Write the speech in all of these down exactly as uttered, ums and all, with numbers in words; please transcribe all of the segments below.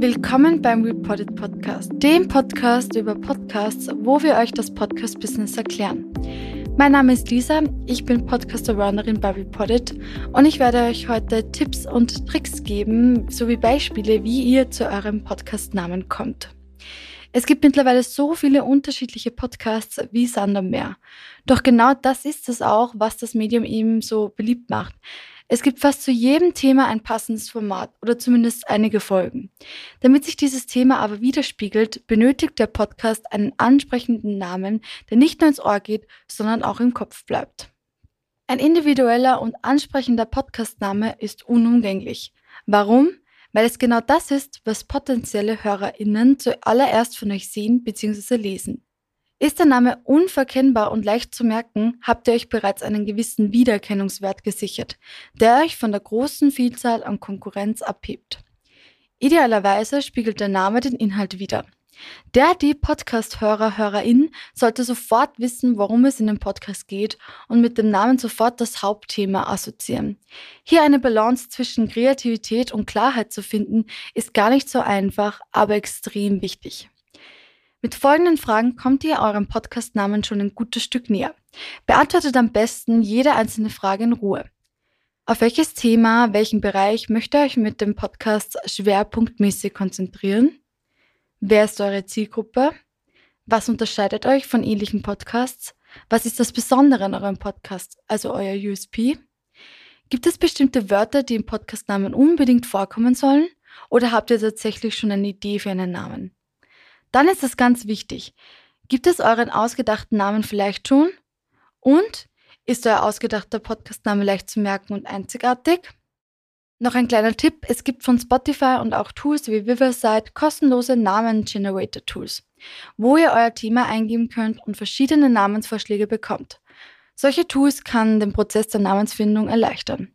Willkommen beim Reported Podcast, dem Podcast über Podcasts, wo wir euch das Podcast-Business erklären. Mein Name ist Lisa, ich bin Podcast-Arounderin bei Reported und ich werde euch heute Tipps und Tricks geben, sowie Beispiele, wie ihr zu eurem Podcast-Namen kommt. Es gibt mittlerweile so viele unterschiedliche Podcasts wie Sand am Meer. Doch genau das ist es auch, was das Medium eben so beliebt macht. Es gibt fast zu jedem Thema ein passendes Format oder zumindest einige Folgen. Damit sich dieses Thema aber widerspiegelt, benötigt der Podcast einen ansprechenden Namen, der nicht nur ins Ohr geht, sondern auch im Kopf bleibt. Ein individueller und ansprechender Podcastname ist unumgänglich. Warum? Weil es genau das ist, was potenzielle HörerInnen zuallererst von euch sehen bzw. lesen. Ist der Name unverkennbar und leicht zu merken, habt ihr euch bereits einen gewissen Wiedererkennungswert gesichert, der euch von der großen Vielzahl an Konkurrenz abhebt. Idealerweise spiegelt der Name den Inhalt wider. Der, die Podcast-Hörer, Hörerin sollte sofort wissen, worum es in dem Podcast geht und mit dem Namen sofort das Hauptthema assoziieren. Hier eine Balance zwischen Kreativität und Klarheit zu finden, ist gar nicht so einfach, aber extrem wichtig. Mit folgenden Fragen kommt ihr eurem Podcast-Namen schon ein gutes Stück näher. Beantwortet am besten jede einzelne Frage in Ruhe. Auf welches Thema, welchen Bereich möchtet ihr euch mit dem Podcast schwerpunktmäßig konzentrieren? Wer ist eure Zielgruppe? Was unterscheidet euch von ähnlichen Podcasts? Was ist das Besondere an eurem Podcast, also euer U S P? Gibt es bestimmte Wörter, die im Podcastnamen unbedingt vorkommen sollen? Oder habt ihr tatsächlich schon eine Idee für einen Namen? Dann ist es ganz wichtig. Gibt es euren ausgedachten Namen vielleicht schon? Und ist euer ausgedachter Podcastname leicht zu merken und einzigartig? Noch ein kleiner Tipp, es gibt von Spotify und auch Tools wie Riverside kostenlose Namen-Generator-Tools, wo ihr euer Thema eingeben könnt und verschiedene Namensvorschläge bekommt. Solche Tools kann den Prozess der Namensfindung erleichtern.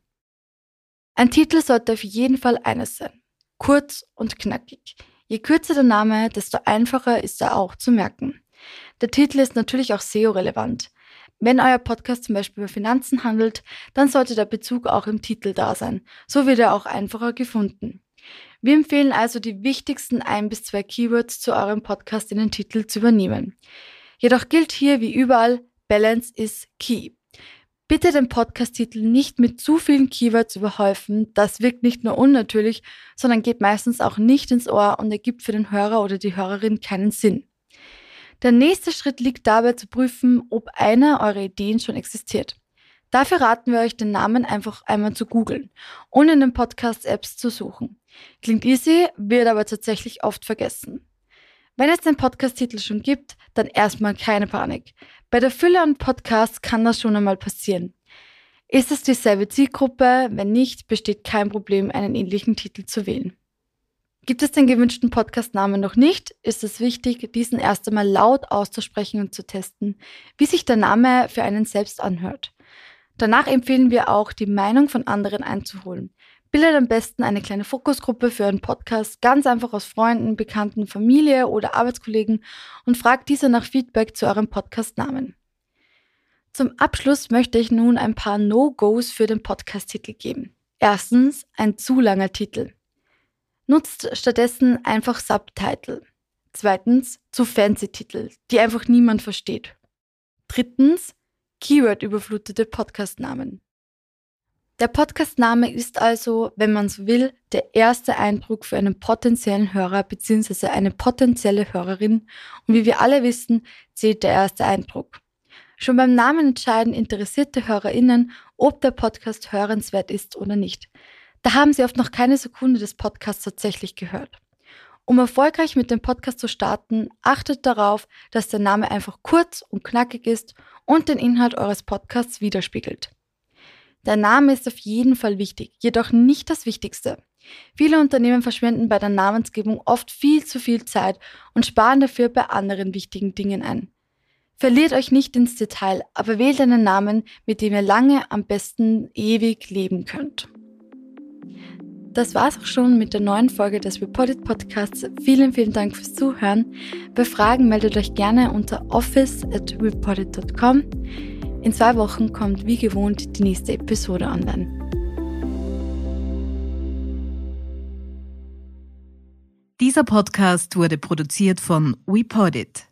Ein Titel sollte auf jeden Fall eines sein, kurz und knackig. Je kürzer der Name, desto einfacher ist er auch zu merken. Der Titel ist natürlich auch S E O-relevant. Wenn euer Podcast zum Beispiel über Finanzen handelt, dann sollte der Bezug auch im Titel da sein. So wird er auch einfacher gefunden. Wir empfehlen also, die wichtigsten ein bis zwei Keywords zu eurem Podcast in den Titel zu übernehmen. Jedoch gilt hier wie überall, Balance is key. Bitte den Podcast-Titel nicht mit zu vielen Keywords überhäufen, das wirkt nicht nur unnatürlich, sondern geht meistens auch nicht ins Ohr und ergibt für den Hörer oder die Hörerin keinen Sinn. Der nächste Schritt liegt dabei zu prüfen, ob einer eurer Ideen schon existiert. Dafür raten wir euch, den Namen einfach einmal zu googeln und in den Podcast-Apps zu suchen. Klingt easy, wird aber tatsächlich oft vergessen. Wenn es den Podcast-Titel schon gibt, dann erstmal keine Panik. Bei der Fülle an Podcasts kann das schon einmal passieren. Ist es dieselbe Zielgruppe? Wenn nicht, besteht kein Problem, einen ähnlichen Titel zu wählen. Gibt es den gewünschten Podcast-Namen noch nicht, ist es wichtig, diesen erst einmal laut auszusprechen und zu testen, wie sich der Name für einen selbst anhört. Danach empfehlen wir auch, die Meinung von anderen einzuholen. Bildet am besten eine kleine Fokusgruppe für euren Podcast, ganz einfach aus Freunden, Bekannten, Familie oder Arbeitskollegen und fragt diese nach Feedback zu eurem Podcast-Namen. Zum Abschluss möchte ich nun ein paar No-Gos für den Podcast-Titel geben. Erstens, ein zu langer Titel. Nutzt stattdessen einfach Subtitle. Zweitens, zu fancy Titel, die einfach niemand versteht. Drittens, Keyword-überflutete Podcast-Namen. Der Podcast-Name ist also, wenn man so will, der erste Eindruck für einen potenziellen Hörer bzw. eine potenzielle Hörerin. Und wie wir alle wissen, zählt der erste Eindruck. Schon beim Namen entscheiden interessierte HörerInnen, ob der Podcast hörenswert ist oder nicht. Da haben sie oft noch keine Sekunde des Podcasts tatsächlich gehört. Um erfolgreich mit dem Podcast zu starten, achtet darauf, dass der Name einfach kurz und knackig ist und den Inhalt eures Podcasts widerspiegelt. Der Name ist auf jeden Fall wichtig, jedoch nicht das Wichtigste. Viele Unternehmen verschwenden bei der Namensgebung oft viel zu viel Zeit und sparen dafür bei anderen wichtigen Dingen ein. Verliert euch nicht ins Detail, aber wählt einen Namen, mit dem ihr lange, am besten ewig leben könnt. Das war's auch schon mit der neuen Folge des Reported Podcasts. Vielen, vielen Dank fürs Zuhören. Bei Fragen meldet euch gerne unter office at reported dot com. In zwei Wochen kommt wie gewohnt die nächste Episode online. Dieser Podcast wurde produziert von WePodit.